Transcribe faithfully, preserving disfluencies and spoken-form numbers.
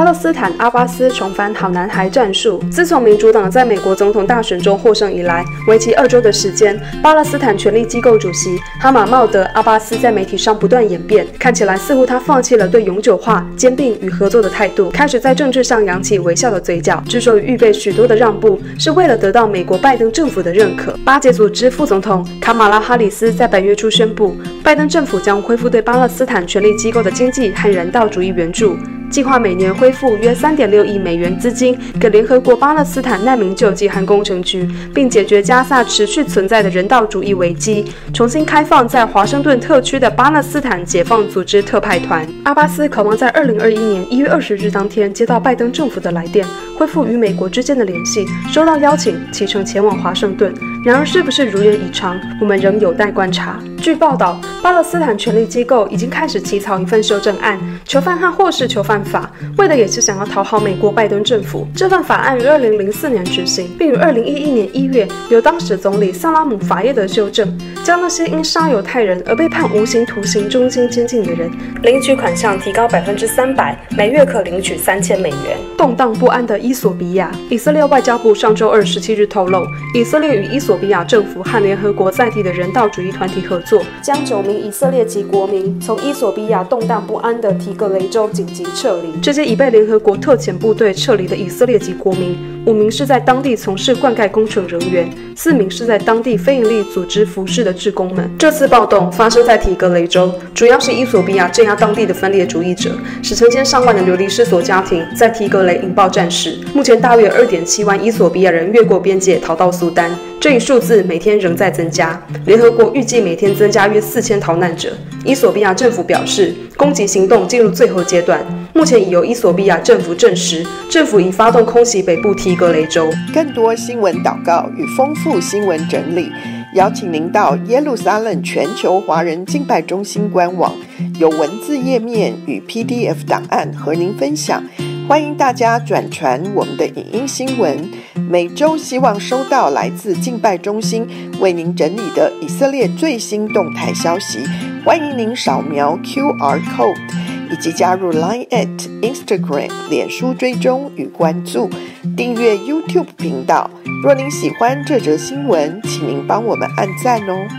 勒斯坦阿巴斯重返好男孩战术。自从民主党在美国总统大选中获胜以来，为期二周的时间，巴勒斯坦权力机构主席哈马茂德·阿巴斯在媒体上不断演变，看起来似乎他放弃了对永久化、兼并与合作的态度，开始在政治上扬起微笑的嘴角。之所以预备许多的让步，是为了得到美国拜登政府的认可。巴解组织副总统卡马拉哈里斯在本月初宣布，拜登政府将恢复对巴勒斯坦权力机构的经济和人道主义援助，计划每年恢复约 三点六亿美元资金给联合国巴勒斯坦难民救济和工程局，并解决加萨持续存在的人道主义危机，重新开放在华盛顿特区的巴勒斯坦解放组织特派团。阿巴斯渴望在二零二一年一月二十日当天接到拜登政府的来电，恢复与美国之间的联系，收到邀请，启程前往华盛顿。然而是不是如愿以偿，我们仍有待观察。据报道，巴勒斯坦权力机构已经开始起草一份修正案，囚犯和获释囚犯法，为的也是想要讨好美国拜登政府。这份法案于二零零四年执行，并于二零一一年一月由当时总理萨拉姆法耶德修正，将那些因杀犹太人而被判无期徒刑终身监禁的人，领取款项提高百分之三百，每月可领取三千美元。动荡不安的伊索比亚，以色列外交部上周二十七日透露，以色列与伊索比亚政府和联合国在地的人道主义团体合作，将九名以色列籍国民从伊索比亚动荡不安的提格雷州紧急撤离。这些已被联合国特遣部队撤离的以色列籍国民，五名是在当地从事灌溉工程人员，四名是在当地非营利组织服侍的志工们。这次暴动发生在提格雷州，主要是伊索比亚镇压当地的分裂主义者，使成千上万的流离失所家庭在提格雷引爆战事。目前大约 二点七万伊索比亚人越过边界逃到苏丹，这一数字每天仍在增加。联合国预计每天增加约四千逃难者。伊索比亚政府表示，攻击行动进入最后阶段，目前已由伊索比亚政府证实，政府已发动空袭北部提格雷州。 更多新闻祷告与丰富新闻整理，邀请您到耶路撒冷全球华人敬拜中心官网，有文字页面与 P D F 档案和您分享。欢迎大家转传我们的影音新闻，每周希望收到来自敬拜中心为您整理的以色列最新动态消息。欢迎您扫描 Q R code， 以及加入 Line@Instagram 脸书追踪与关注，订阅 YouTube 频道。若您喜欢这则新闻，请您帮我们按赞哦。